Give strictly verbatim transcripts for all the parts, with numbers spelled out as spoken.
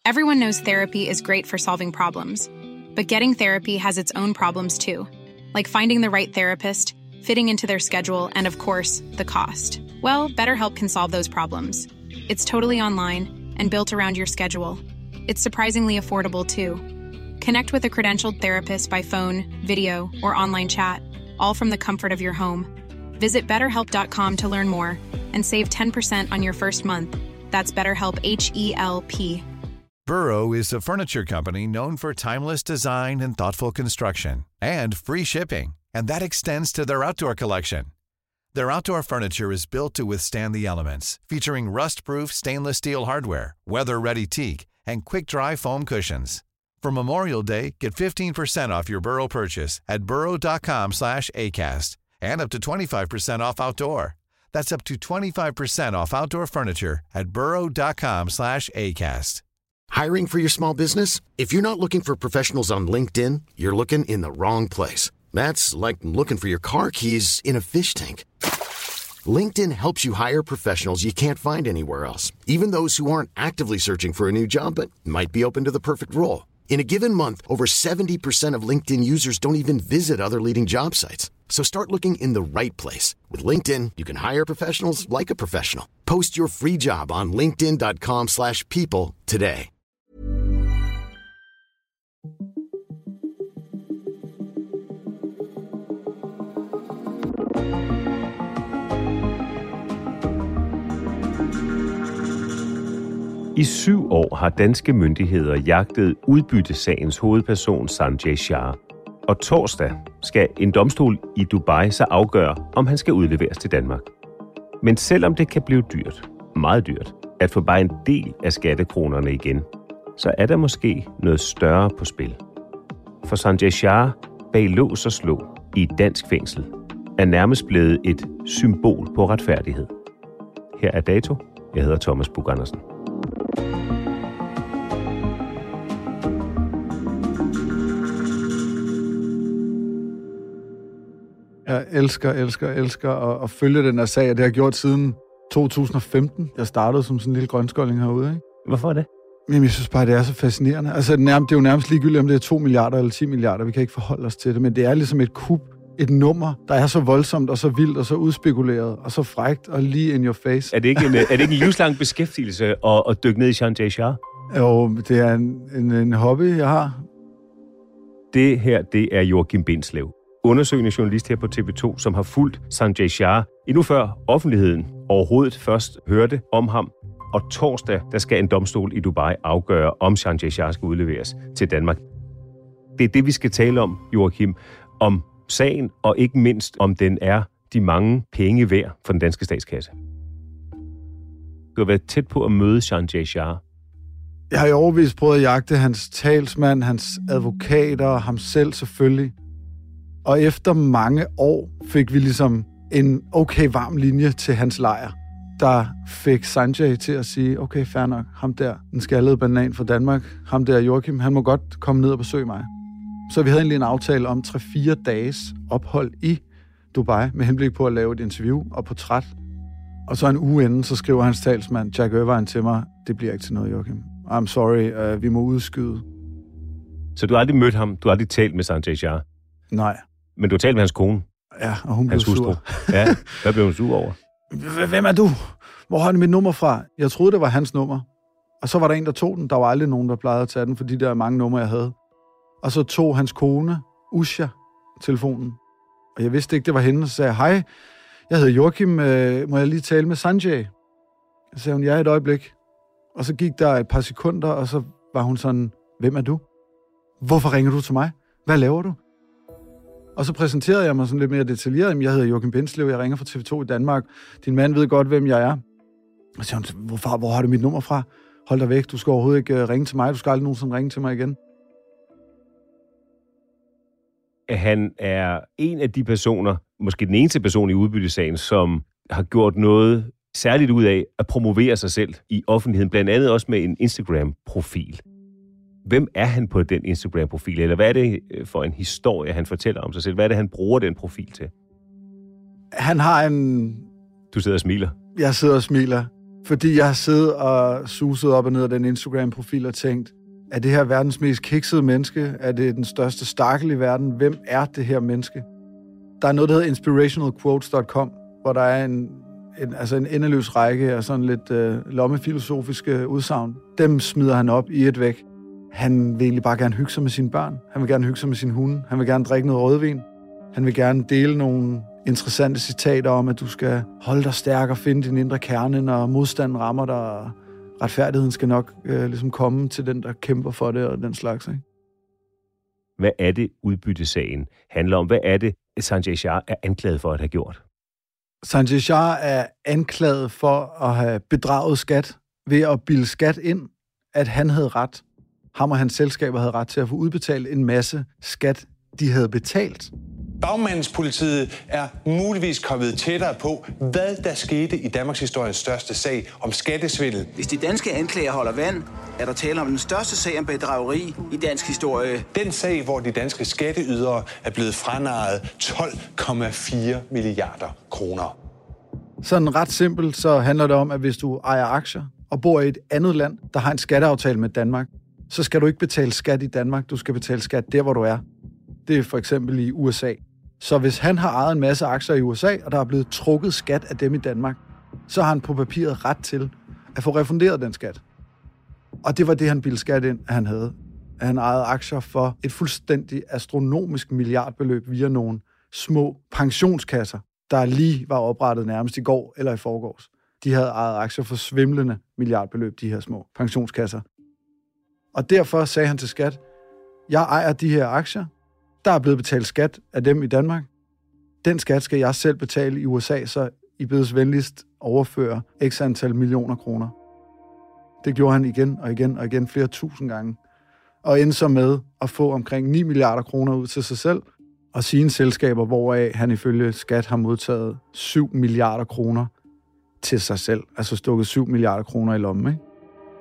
Everyone knows therapy is great for solving problems, but getting therapy has its own problems too, like finding the right therapist, fitting into their schedule, and of course, the cost. Well, BetterHelp can solve those problems. It's totally online and built around your schedule. It's surprisingly affordable too. Connect with a credentialed therapist by phone, video, or online chat, all from the comfort of your home. Visit better help dot com to learn more and save ten percent on your first month. That's BetterHelp, H E L P. Burrow is a furniture company known for timeless design and thoughtful construction, and free shipping, and that extends to their outdoor collection. Their outdoor furniture is built to withstand the elements, featuring rust-proof stainless steel hardware, weather-ready teak, and quick-dry foam cushions. For Memorial Day, get fifteen percent off your Burrow purchase at burrow dot com slash acast, and up to twenty-five percent off outdoor. That's up to twenty-five percent off outdoor furniture at burrow dot com slash acast. Hiring for your small business? If you're not looking for professionals on LinkedIn, you're looking in the wrong place. That's like looking for your car keys in a fish tank. LinkedIn helps you hire professionals you can't find anywhere else, even those who aren't actively searching for a new job but might be open to the perfect role. In a given month, over seventy percent of LinkedIn users don't even visit other leading job sites. So start looking in the right place. With LinkedIn, you can hire professionals like a professional. Post your free job on linkedin dot com slash people today. I syv år har danske myndigheder jagtet udbyttesagens hovedperson Sanjay Shah. Og torsdag skal en domstol i Dubai så afgøre, om han skal udleveres til Danmark. Men selvom det kan blive dyrt, meget dyrt, at få bare en del af skattekronerne igen, så er der måske noget større på spil. For Sanjay Shah bag lås og slå i et dansk fængsel er nærmest blevet et symbol på retfærdighed. Her er dato. Jeg hedder Thomas Buch-Andersen. Jeg elsker, elsker, elsker at, at følge den her sag, og det har jeg gjort siden to tusind og femten. Jeg startede som sådan en lille grønskolding herude, ikke? Hvorfor det? Jamen, jeg synes bare, det er så fascinerende. Altså, det er jo nærmest ligegyldigt, om det er to milliarder eller ti milliarder. Vi kan ikke forholde os til det, men det er ligesom et kup, et nummer, der er så voldsomt og så vildt og så udspekuleret og så frækt og lige in your face. Er det ikke en, er det ikke en livslang beskæftigelse at, at dykke ned i Sanjay Shah? Jo, det er en, en, en hobby, jeg har. Det her, det er Joachim Bindslev, undersøgende journalist her på T V to, som har fulgt Sanjay Shah endnu før offentligheden overhovedet først hørte om ham. Og torsdag, der skal en domstol i Dubai afgøre, om Sanjay Shah skal udleveres til Danmark. Det er det, vi skal tale om, Joachim, om sagen, og ikke mindst, om den er de mange penge værd for den danske statskasse. Du har været tæt på at møde Sanjay Shah. Jeg har i overvis prøvet at jagte hans talsmand, hans advokater, ham selv selvfølgelig. Og efter mange år fik vi ligesom en okay varm linje til hans lejr, der fik Sanjay til at sige, okay, fair nok, ham der, den skaldede banan fra Danmark, ham der Joachim, han må godt komme ned og besøge mig. Så vi havde egentlig en aftale om tre fire dages ophold i Dubai, med henblik på at lave et interview og portræt. Og så en uge inden, så skriver hans talsmand, Jack Irvine, til mig, det bliver ikke til noget, Joachim. I'm sorry, uh, vi må udskyde. Så du har aldrig mødt ham? Du har aldrig talt med Sanjay Shah? Nej. Men du har talt med hans kone? Ja, og hun blev sur. Ja, hvad blev hun sur over? Hvem er du? Hvor har du mit nummer fra? Jeg troede, det var hans nummer. Og så var der en, der tog den. Der var aldrig nogen, der plejede at tage den, for de der mange numre, jeg havde. Og så tog hans kone, Usha, telefonen. Og jeg vidste ikke, det var hende, og så sagde jeg, hej, jeg hedder Joachim, øh, må jeg lige tale med Sanjay? Så sagde hun, ja, et øjeblik. Og så gik der et par sekunder, og så var hun sådan, hvem er du? Hvorfor ringer du til mig? Hvad laver du? Og så præsenterede jeg mig sådan lidt mere detaljeret. Jeg hedder Joachim Bindslev, jeg ringer fra T V to i Danmark. Din mand ved godt, hvem jeg er. Og så sagde hun, hvorfor, hvor har du mit nummer fra? Hold dig væk, du skal overhovedet ikke ringe til mig. Du skal aldrig nogensinde ringe til mig igen. Han er en af de personer, måske den eneste person i udbyttesagen, som har gjort noget særligt ud af at promovere sig selv i offentligheden, blandt andet også med en Instagram-profil. Hvem er han på den Instagram-profil? Eller hvad er det for en historie, han fortæller om sig selv? Hvad er det, han bruger den profil til? Han har en... Du sidder og smiler. Jeg sidder og smiler. Fordi jeg har siddet og suset op og ned af den Instagram-profil og tænkt, er det her verdens mest kiksede menneske? Er det den største stakkel i verden? Hvem er det her menneske? Der er noget, der hedder inspirational quotes punktum com, hvor der er en, en, altså en endeløs række af sådan lidt øh, lommefilosofiske udsagn. Dem smider han op i et væk. Han vil egentlig bare gerne hygge sig med sine børn. Han vil gerne hygge sig med sin hunde. Han vil gerne drikke noget rødvin. Han vil gerne dele nogle interessante citater om, at du skal holde dig stærk og finde din indre kerne, når modstanden rammer dig, og retfærdigheden skal nok øh, ligesom komme til den, der kæmper for det og den slags. Ikke? Hvad er det, udbyttesagen handler om? Hvad er det, Sanjay Shah er anklaget for at have gjort? Sanjay Shah er anklaget for at have bedraget skat ved at bilde skat ind, at han havde ret. Ham og hans selskaber havde ret til at få udbetalt en masse skat, de havde betalt. Bagmandspolitiet er muligvis kommet tættere på, hvad der skete i Danmarks historiens største sag om skattesvindel. Hvis de danske anklager holder vand, er der tale om den største sag om bedrageri i dansk historie. Den sag, hvor de danske skatteydere er blevet franarret tolv komma fire milliarder kroner. Sådan ret simpelt, så handler det om, at hvis du ejer aktier og bor i et andet land, der har en skatteaftale med Danmark, så skal du ikke betale skat i Danmark, du skal betale skat der, hvor du er. Det er for eksempel i U S A. Så hvis han har ejet en masse aktier i U S A, og der er blevet trukket skat af dem i Danmark, så har han på papiret ret til at få refunderet den skat. Og det var det, han bildte skat ind, at han havde. At han ejede aktier for et fuldstændig astronomisk milliardbeløb via nogle små pensionskasser, der lige var oprettet nærmest i går eller i forgårs. De havde ejet aktier for svimlende milliardbeløb, de her små pensionskasser. Og derfor sagde han til skat, jeg ejer de her aktier, der er blevet betalt skat af dem i Danmark. Den skat skal jeg selv betale i U S A, så I bedes venligst overføre x antal millioner kroner. Det gjorde han igen og igen og igen flere tusind gange. Og endte så med at få omkring ni milliarder kroner ud til sig selv og sine selskaber, hvoraf han ifølge skat har modtaget syv milliarder kroner til sig selv. Altså stukket syv milliarder kroner i lommen, ikke?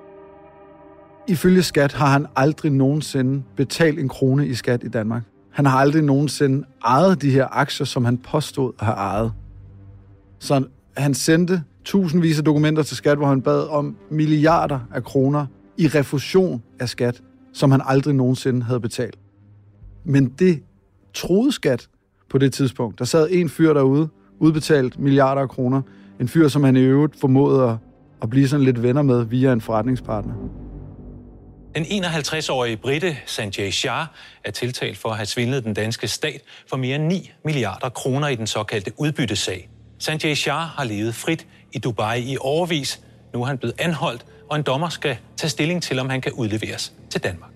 Ifølge skat har han aldrig nogensinde betalt en krone i skat i Danmark. Han har aldrig nogensinde ejet de her aktier, som han påstod at have ejet. Så han sendte tusindvis af dokumenter til skat, hvor han bad om milliarder af kroner i refusion af skat, som han aldrig nogensinde havde betalt. Men det troede skat på det tidspunkt. Der sad en fyr derude, udbetalt milliarder af kroner. En fyr, som han i øvrigt formåede at blive sådan lidt venner med via en forretningspartner. Den enoghalvtreds-årige brite Sanjay Shah er tiltalt for at have svindlet den danske stat for mere end ni milliarder kroner i den såkaldte udbyttesag. Sanjay Shah har levet frit i Dubai i årevis. Nu er han blevet anholdt, og en dommer skal tage stilling til, om han kan udleveres til Danmark.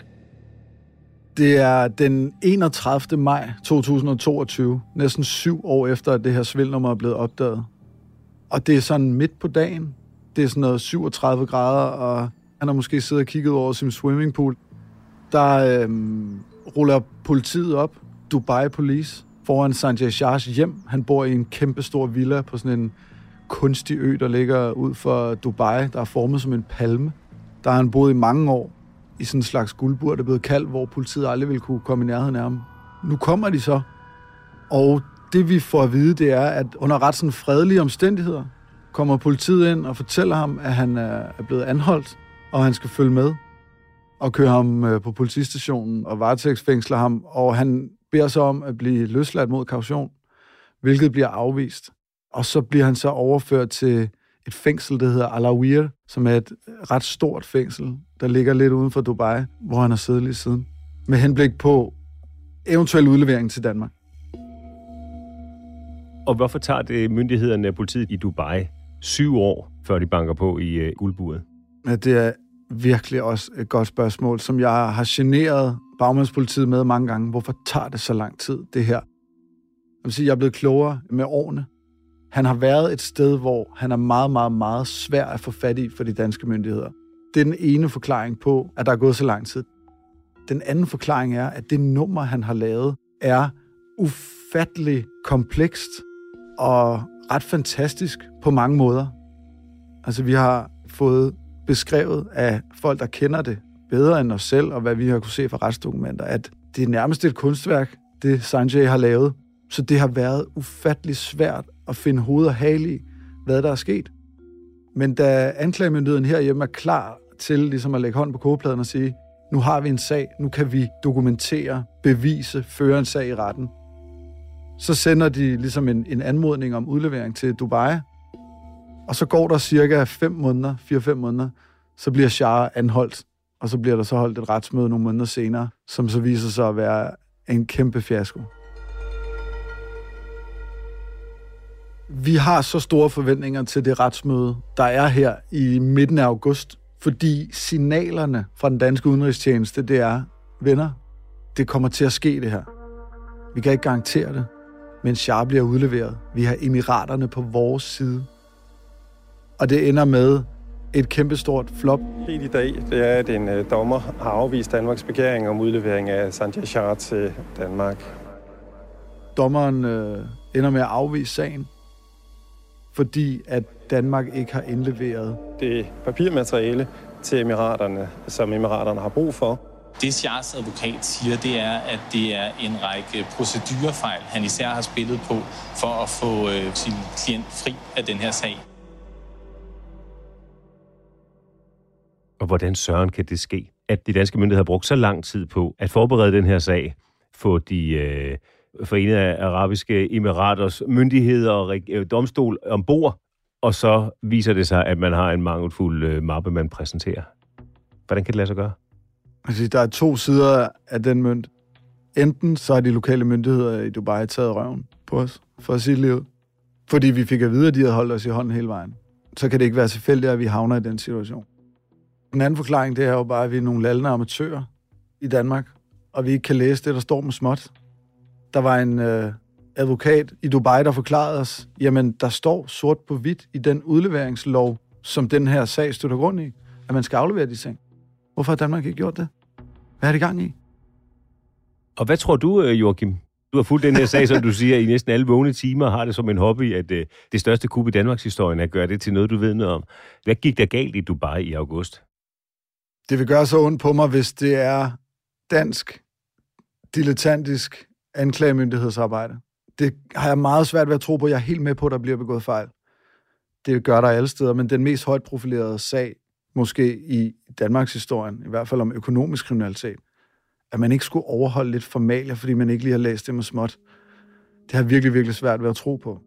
Det er den enogtredivte maj to tusind og toogtyve, næsten syv år efter, at det her svindelnummer er blevet opdaget. Og det er sådan midt på dagen. Det er sådan noget syvogtredive grader, og han har måske siddet og kigget over sin swimmingpool. Der øhm, ruller politiet op, Dubai Police, foran Sanjay Shahs hjem. Han bor i en kæmpe stor villa på sådan en kunstig ø, der ligger ud for Dubai, der er formet som en palme. Der har han boet i mange år i sådan en slags guldbur, der er blevet kaldt, hvor politiet aldrig ville kunne komme i nærheden af ham. Nu kommer de så, og det vi får at vide, det er, at under ret sådan fredelige omstændigheder, kommer politiet ind og fortæller ham, at han er blevet anholdt, og han skal følge med og køre ham på politistationen og varetægtsfængsler ham, og han beder så om at blive løsladt mod kaution, hvilket bliver afvist. Og så bliver han så overført til et fængsel, der hedder Al Awir, som er et ret stort fængsel, der ligger lidt uden for Dubai, hvor han har siddet lige siden, med henblik på eventuel udlevering til Danmark. Og hvorfor tager det myndighederne af politiet i Dubai syv år, før de banker på i uh, guldburet? Ja, det er virkelig også et godt spørgsmål, som jeg har generet bagmandspolitiet med mange gange. Hvorfor tager det så lang tid, det her? Jeg vil sige, jeg er blevet klogere med årene. Han har været et sted, hvor han er meget, meget, meget svær at få fat i for de danske myndigheder. Det er den ene forklaring på, at der er gået så lang tid. Den anden forklaring er, at det nummer, han har lavet, er ufattelig komplekst og ret fantastisk på mange måder. Altså, vi har fået beskrevet af folk, der kender det bedre end os selv, og hvad vi har kunne se fra retsdokumenter, at det er nærmest et kunstværk, det Sanjay har lavet. Så det har været ufattelig svært at finde hoved og hale i, hvad der er sket. Men da anklagemyndigheden herhjemme er klar til ligesom at lægge hånd på kogepladen og sige, nu har vi en sag, nu kan vi dokumentere, bevise, føre en sag i retten, så sender de ligesom en, en anmodning om udlevering til Dubai, og så går der cirka fem måneder, fire-fem måneder, så bliver Shah anholdt, og så bliver der så holdt et retsmøde nogle måneder senere, som så viser sig at være en kæmpe fiasko. Vi har så store forventninger til det retsmøde, der er her i midten af august, fordi signalerne fra den danske udenrigstjeneste, det er, venner, det kommer til at ske det her. Vi kan ikke garantere det, men Shah bliver udleveret. Vi har emiraterne på vores side. Og det ender med et kæmpestort flop. Helt i dag, det er, at en uh, dommer har afvist Danmarks begæring om udlevering af Sanjay Shah til Danmark. Dommeren øh, ender med at afvise sagen, fordi at Danmark ikke har indleveret det papirmateriale til emiraterne, som emiraterne har brug for. Det Shahs advokat siger, det er, at det er en række procedurefejl, han især har spillet på for at få øh, sin klient fri af den her sag. Og hvordan søren kan det ske, at de danske myndigheder har brugt så lang tid på at forberede den her sag, få de øh, Forenede Arabiske Emiraters myndigheder og øh, domstol ombord, og så viser det sig, at man har en mangelfuld øh, mappe, man præsenterer. Hvordan kan det lade sig gøre? Altså, der er to sider af den mønt. Enten så har de lokale myndigheder i Dubai taget røven på os for at sige livet, fordi vi fik at vide, at de havde holdt os i hånden hele vejen. Så kan det ikke være tilfældigt, at vi havner i den situation. Den anden forklaring, det er jo bare, at vi er nogle lallende amatører i Danmark, og vi ikke kan læse det, der står med småt. Der var en øh, advokat i Dubai, der forklarede os, jamen, der står sort på hvidt i den udleveringslov, som den her sag støtter grund i, at man skal aflevere de ting. Hvorfor har Danmark ikke gjort det? Hvad er det i gang i? Og hvad tror du, Joachim? Du har fulgt den her sag, som du siger, i næsten alle vågne timer, har det som en hobby, at øh, det største kup i Danmarks historie er at gøre det til noget, du ved noget om. Hvad gik der galt i Dubai i august? Det vil gøre så ondt på mig, hvis det er dansk, dilettantisk anklagemyndighedsarbejde. Det har jeg meget svært ved at tro på. Jeg er helt med på, at der bliver begået fejl. Det gør der alle steder, men den mest højt profilerede sag, måske i Danmarks historien, i hvert fald om økonomisk kriminalitet, at man ikke skulle overholde lidt formalier, fordi man ikke lige har læst det med småt. Det har virkelig, virkelig svært ved at tro på.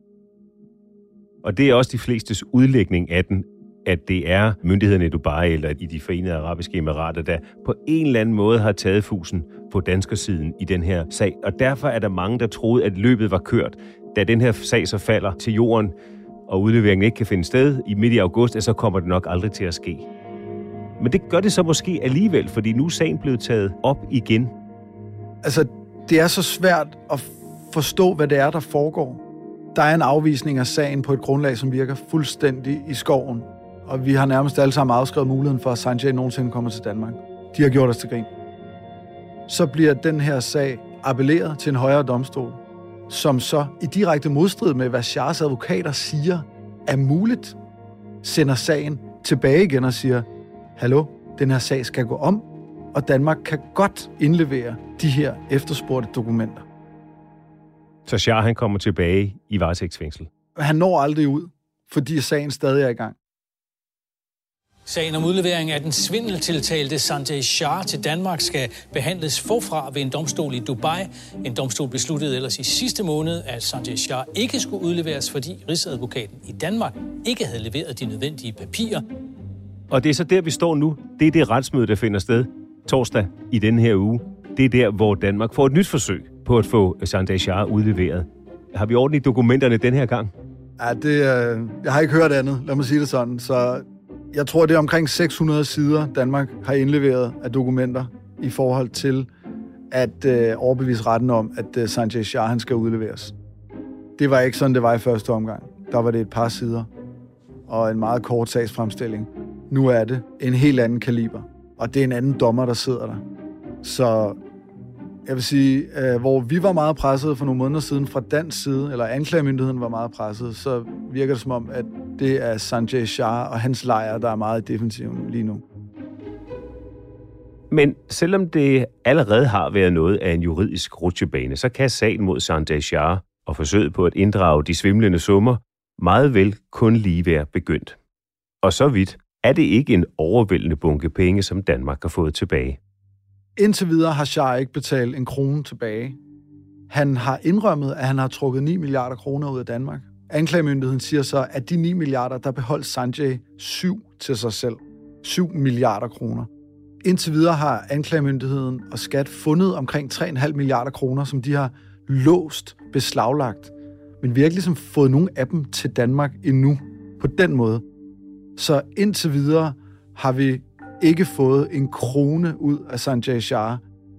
Og det er også de flestes udlægning af den, at det er myndighederne i Dubai eller i de Forenede Arabiske Emirater, der på en eller anden måde har taget fusen på danskersiden i den her sag. Og derfor er der mange, der troede, at løbet var kørt. Da den her sag så falder til jorden, og udleveringen ikke kan finde sted i midt i august, så kommer det nok aldrig til at ske. Men det gør det så måske alligevel, fordi nu er sagen blevet taget op igen. Altså, det er så svært at forstå, hvad det er, der foregår. Der er en afvisning af sagen på et grundlag, som virker fuldstændig i skoven. Og vi har nærmest alle sammen afskrevet muligheden for, at Sanjay nogensinde kommer til Danmark. De har gjort os til grin. Så bliver den her sag appelleret til en højere domstol, som så i direkte modstrid med, hvad Shahs advokater siger, er muligt, sender sagen tilbage igen og siger, hallo, den her sag skal gå om, og Danmark kan godt indlevere de her efterspurgte dokumenter. Så Shah, han kommer tilbage i varetægtsfængsel. Han når aldrig ud, fordi sagen stadig er i gang. Sagen om udlevering af den svindeltiltalte Sanjay Shah til Danmark skal behandles forfra ved en domstol i Dubai. En domstol besluttede ellers i sidste måned, at Sanjay Shah ikke skulle udleveres, fordi rigsadvokaten i Danmark ikke havde leveret de nødvendige papirer. Og det er så der, vi står nu. Det er det retsmøde, der finder sted torsdag i denne her uge. Det er der, hvor Danmark får et nyt forsøg på at få Sanjay Shah udleveret. Har vi ordentligt dokumenterne den her gang? Ja, det, øh, jeg har ikke hørt andet, lad mig sige det sådan. Så jeg tror, det er omkring seks hundrede sider, Danmark har indleveret af dokumenter i forhold til at øh, overbevise retten om, at øh, Sanjay Shah han skal udleveres. Det var ikke sådan, det var i første omgang. Der var det et par sider og en meget kort sagsfremstilling. Nu er det en helt anden kaliber, og det er en anden dommer, der sidder der. Så jeg vil sige, øh, hvor vi var meget presset for nogle måneder siden fra dansk side, eller anklagemyndigheden var meget presset, så virker det som om, at det er Sanjay Shah og hans lejr, der er meget defensive lige nu. Men selvom det allerede har været noget af en juridisk rutsjebane, så kan sagen mod Sanjay Shah og forsøget på at inddrage de svimlende summer meget vel kun lige være begyndt. Og så vidt er det ikke en overvældende bunke penge, som Danmark har fået tilbage. Indtil videre har Shah ikke betalt en krone tilbage. Han har indrømmet, at han har trukket ni milliarder kroner ud af Danmark. Anklagemyndigheden siger så, at de ni milliarder, der beholdt Sanjay syv til sig selv. syv milliarder kroner. Indtil videre har anklagemyndigheden og Skat fundet omkring tre komma fem milliarder kroner, som de har låst, beslaglagt. Men vi har ikke ligesom fået nogen af dem til Danmark endnu på den måde. Så indtil videre har vi ikke fået en krone ud af Sanjay Shah.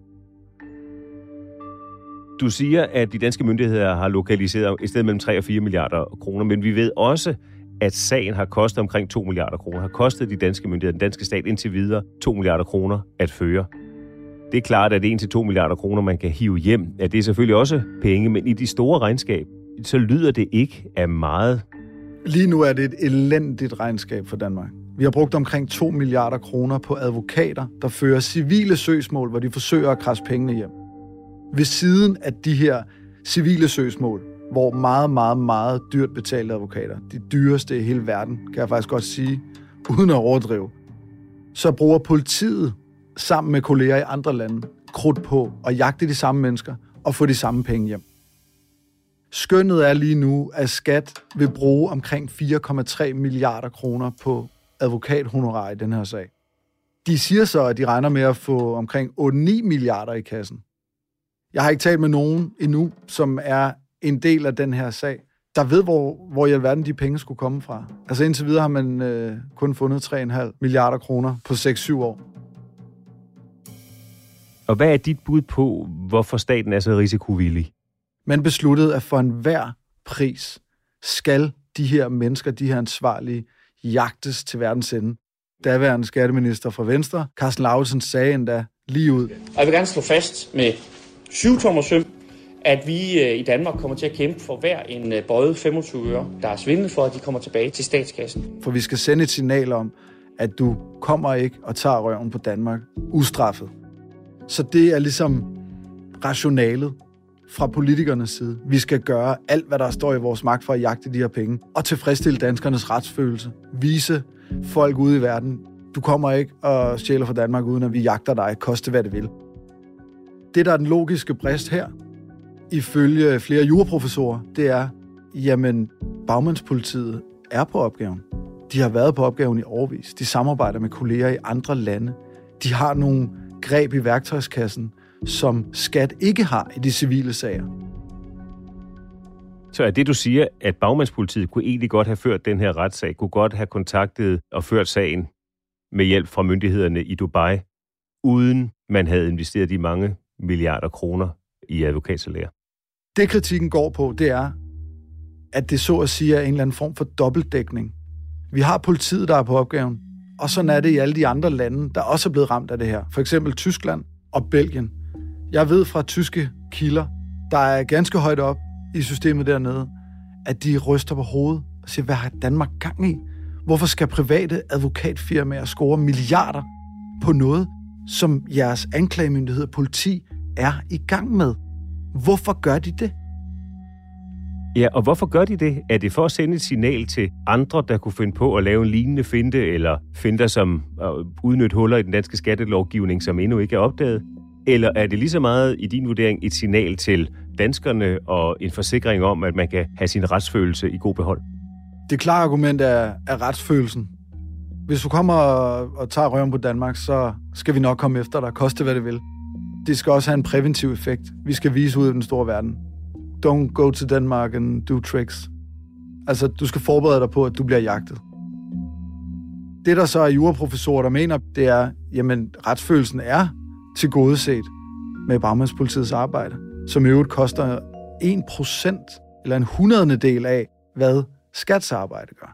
Du siger, at de danske myndigheder har lokaliseret et sted mellem tre og fire milliarder kroner, men vi ved også, at sagen har kostet omkring to milliarder kroner, har kostet de danske myndigheder, den danske stat indtil videre to milliarder kroner at føre. Det er klart, at en til to milliarder kroner, man kan hive hjem, at det er selvfølgelig også penge, men i de store regnskab, så lyder det ikke af meget. Lige nu er det et elendigt regnskab for Danmark. Vi har brugt omkring to milliarder kroner på advokater, der fører civile søgsmål, hvor de forsøger at krasse pengene hjem. Ved siden af de her civile søgsmål, hvor meget, meget, meget dyrt betalte advokater, de dyreste i hele verden, kan jeg faktisk godt sige, uden at overdrive, så bruger politiet sammen med kolleger i andre lande krudt på at jagte de samme mennesker og få de samme penge hjem. Skønnet er lige nu, at Skat vil bruge omkring fire komma tre milliarder kroner på advokathonorar i den her sag. De siger så, at de regner med at få omkring otte til ni milliarder i kassen. Jeg har ikke talt med nogen endnu, som er en del af den her sag, der ved, hvor, hvor i alverden de penge skulle komme fra. Altså indtil videre har man øh, kun fundet tre komma fem milliarder kroner på seks syv år. Og hvad er dit bud på, hvorfor staten er så risikovillig? Man besluttede, at for enhver pris skal de her mennesker, de her ansvarlige, jagtes til verdens ende. Daværende skatteminister fra Venstre, Karsten Lauritzen, sagde endda lige ud. Og jeg vil gerne slå fast med syv tommer søm, at vi i Danmark kommer til at kæmpe for hver en bøjet femogtyve øre, der er svindlet for, at de kommer tilbage til statskassen. For vi skal sende et signal om, at du kommer ikke og tager røven på Danmark ustraffet. Så det er ligesom rationalet fra politikernes side. Vi skal gøre alt, hvad der står i vores magt for at jagte de her penge, og tilfredsstille danskernes retsfølelse. Vise folk ude i verden, du kommer ikke og stjæler fra Danmark, uden at vi jagter dig, koste hvad det vil. Det, der er den logiske brist her, ifølge flere juraprofessorer, det er, jamen, bagmandspolitiet er på opgaven. De har været på opgaven i årevis. De samarbejder med kolleger i andre lande. De har nogle greb i værktøjskassen, som Skat ikke har i de civile sager. Så er det, du siger, at bagmandspolitiet kunne egentlig godt have ført den her retssag, kunne godt have kontaktet og ført sagen med hjælp fra myndighederne i Dubai, uden man havde investeret de mange milliarder kroner i advokatsalærer? Det kritikken går på, det er, at det så at sige er en eller anden form for dobbeltdækning. Vi har politiet, der er på opgaven, og sådan er det i alle de andre lande, der også er blevet ramt af det her. For eksempel Tyskland og Belgien. Jeg ved fra tyske kilder, der er ganske højt op i systemet dernede, at de ryster på hovedet og siger, hvad har Danmark gang i? Hvorfor skal private advokatfirmaer score milliarder på noget, som jeres anklagemyndighed og politi er i gang med? Hvorfor gør de det? Ja, og hvorfor gør de det? Er det for at sende et signal til andre, der kunne finde på at lave en lignende finte, eller finder som at udnytte huller i den danske skattelovgivning, som endnu ikke er opdaget? Eller er det lige så meget i din vurdering et signal til danskerne og en forsikring om, at man kan have sin retsfølelse i god behold? Det klare argument er, er retsfølelsen. Hvis du kommer og, og tager røven på Danmark, så skal vi nok komme efter dig, koste hvad det vil. Det skal også have en præventiv effekt. Vi skal vise ud i den store verden. Don't go to Denmark and do tricks. Altså, du skal forberede dig på, at du bliver jagtet. Det, der så er juraprofessorer, der mener, det er, jamen, retsfølelsen er tilgodeset med bagmandspolitiets arbejde, som i øvrigt koster en procent eller en hundredende del af, hvad Skats arbejde gør.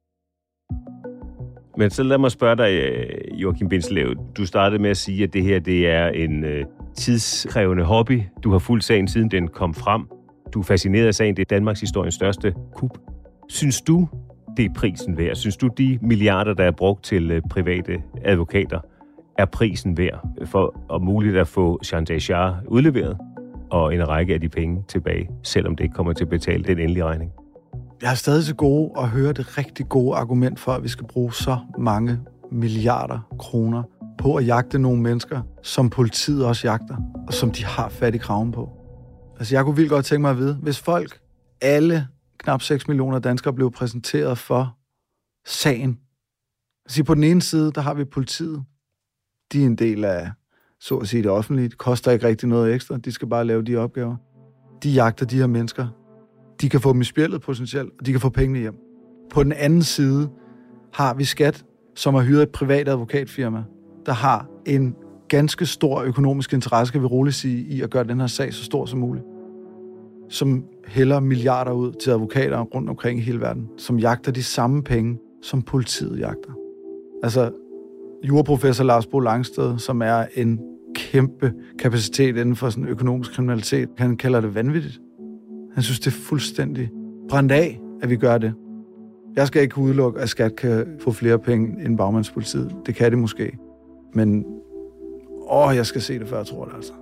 Men så lad mig spørge dig, Joachim Bindslev. Du startede med at sige, at det her det er en øh, tidskrævende hobby. Du har fulgt sagen, siden den kom frem. Du er fascineret af sagen. Det er Danmarks historiens største kup. Synes du, det er prisen værd? Synes du, de milliarder, der er brugt til øh, private advokater, er prisen værd for at muligt at få Sanjay Shah udleveret og en række af de penge tilbage, selvom det ikke kommer til at betale den endelige regning? Jeg har stadig til gode at høre det rigtig gode argument for, at vi skal bruge så mange milliarder kroner på at jagte nogle mennesker, som politiet også jagter, og som de har fat i kraven på. Altså, jeg kunne vildt godt tænke mig at vide, hvis folk, alle knap seks millioner danskere, blev præsenteret for sagen. Altså, på den ene side, der har vi politiet. De er en del af, så at sige, det offentlige. Det koster ikke rigtig noget ekstra. De skal bare lave de opgaver. De jagter de her mennesker. De kan få dem i spjældet potentielt, og de kan få pengene hjem. På den anden side har vi Skat, som har hyret et privat advokatfirma, der har en ganske stor økonomisk interesse, kan vi roligt sige, i at gøre den her sag så stor som muligt. Som hælder milliarder ud til advokater rundt omkring i hele verden, som jagter de samme penge, som politiet jagter. Altså, juraprofessor Lars Bo Langsted, som er en kæmpe kapacitet inden for sådan økonomisk kriminalitet, han kalder det vanvittigt. Han synes, det er fuldstændig brændt af, at vi gør det. Jeg skal ikke udelukke, at Skat kan få flere penge end bagmandspolitiet. Det kan det måske. Men åh, jeg skal se det, før jeg tror det, altså.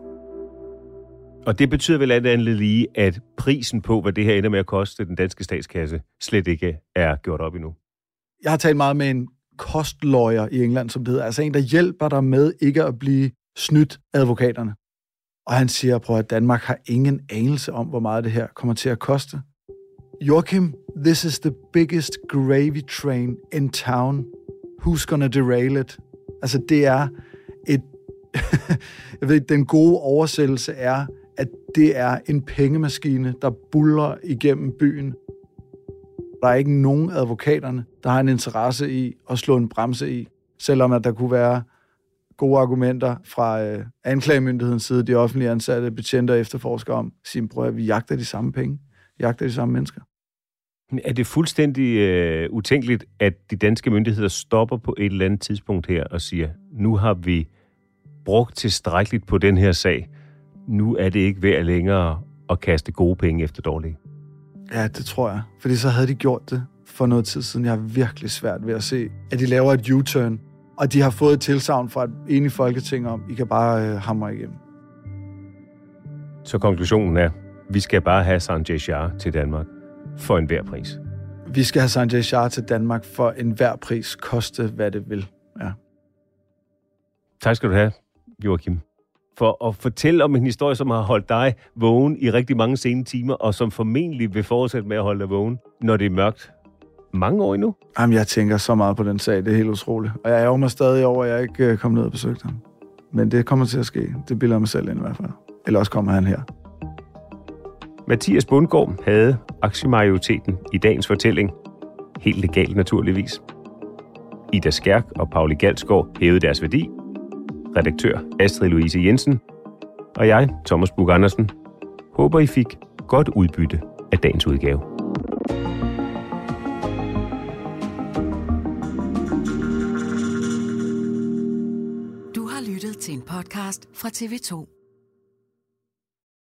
Og det betyder vel alt andet lige, at prisen på, hvad det her ender med at koste den danske statskasse, slet ikke er gjort op endnu. Jeg har talt meget med en kostlawyer i England, som det hedder. Altså en, der hjælper dig med ikke at blive snydt advokaterne. Og han siger, prøv at Danmark har ingen anelse om, hvor meget det her kommer til at koste. Joachim, this is the biggest gravy train in town. Who's gonna derail it? Altså det er et... jeg ved, den gode oversættelse er, at det er en pengemaskine, der buller igennem byen. Der er ikke nogen advokaterne, der har en interesse i at slå en bremse i, selvom at der kunne være gode argumenter fra øh, anklagemyndighedens side, de offentlige ansatte, betjenter og efterforskere om, siger, prøv at vi jagter de samme penge, vi jagter de samme mennesker. Er det fuldstændig øh, utænkeligt, at de danske myndigheder stopper på et eller andet tidspunkt her og siger, nu har vi brugt tilstrækkeligt på den her sag, nu er det ikke værd længere at kaste gode penge efter dårlige? Ja, det tror jeg. Fordi så havde de gjort det for noget tid siden. Jeg har virkelig svært ved at se, at de laver et U-turn, og de har fået et tilsagn fra et enigt folketing om, I kan bare øh, hamre igennem. Så konklusionen er, vi skal bare have Sanjay Shah til Danmark for enhver pris. Vi skal have Sanjay Shah til Danmark for enhver pris, koste hvad det vil. Ja. Tak skal du have, Joachim, for at fortælle om en historie, som har holdt dig vågen i rigtig mange sene timer, og som formentlig vil fortsætte med at holde dig vågen, når det er mørkt. Mange år endnu? Jamen, jeg tænker så meget på den sag. Det er helt utroligt. Og jeg ærger mig stadig over, at jeg ikke kom ned og besøgte ham. Men det kommer til at ske. Det bilder mig selv ind i hvert fald. Eller også kommer han her. Mathias Bundgaard havde aktiemajoriteten i dagens fortælling. Helt legalt naturligvis. Ida Skærk og Pauli Galsgaard hævede deres værdi. Redaktør Astrid Louise Jensen. Og jeg, Thomas Buch Andersen, håber I fik godt udbytte af dagens udgave. Du har lyttet til en podcast fra T V to.